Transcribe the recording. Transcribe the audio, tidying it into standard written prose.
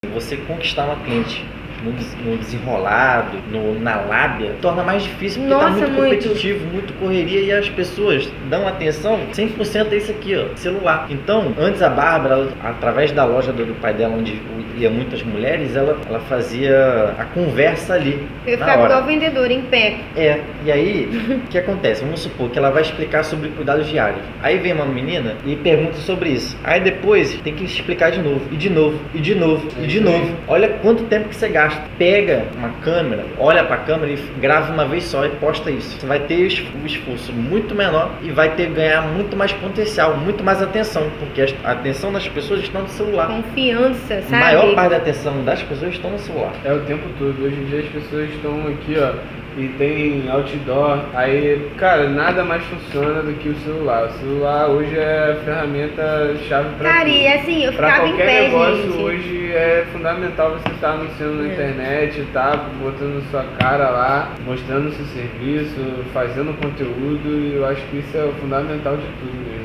Você conquistar uma cliente no desenrolado, na lábia, torna mais difícil porque tá muito competitivo, muito correria e as pessoas dão atenção 100% a isso aqui, ó, celular. Então, antes a Bárbara, através da loja do pai dela, onde ia muitas mulheres, ela fazia a conversa ali. Eu ficava igual vendedora, em pé. E aí, o que acontece? Vamos supor que ela vai explicar sobre cuidados diários. Aí vem uma menina e pergunta sobre isso. Aí depois tem que explicar de novo, e de novo, e de novo, e de novo. Olha quanto tempo que você gasta. Pega uma câmera, olha para a câmera e grava uma vez só e posta isso. Você vai ter um esforço muito menor e vai ganhar muito mais potencial, muito mais atenção, porque a atenção das pessoas está no celular. Confiança, sabe? A maior parte da atenção das pessoas estão no celular. É o tempo todo. Hoje em dia as pessoas estão aqui, ó, e tem outdoor. Aí, cara, nada mais funciona do que o celular. O celular hoje é a ferramenta chave para tudo. Cara, e assim, eu ficava em pé, qualquer negócio gente. Hoje é fundamental você estar anunciando na internet, tá botando sua cara lá, mostrando seu serviço, fazendo conteúdo, e eu acho que isso é o fundamental de tudo mesmo.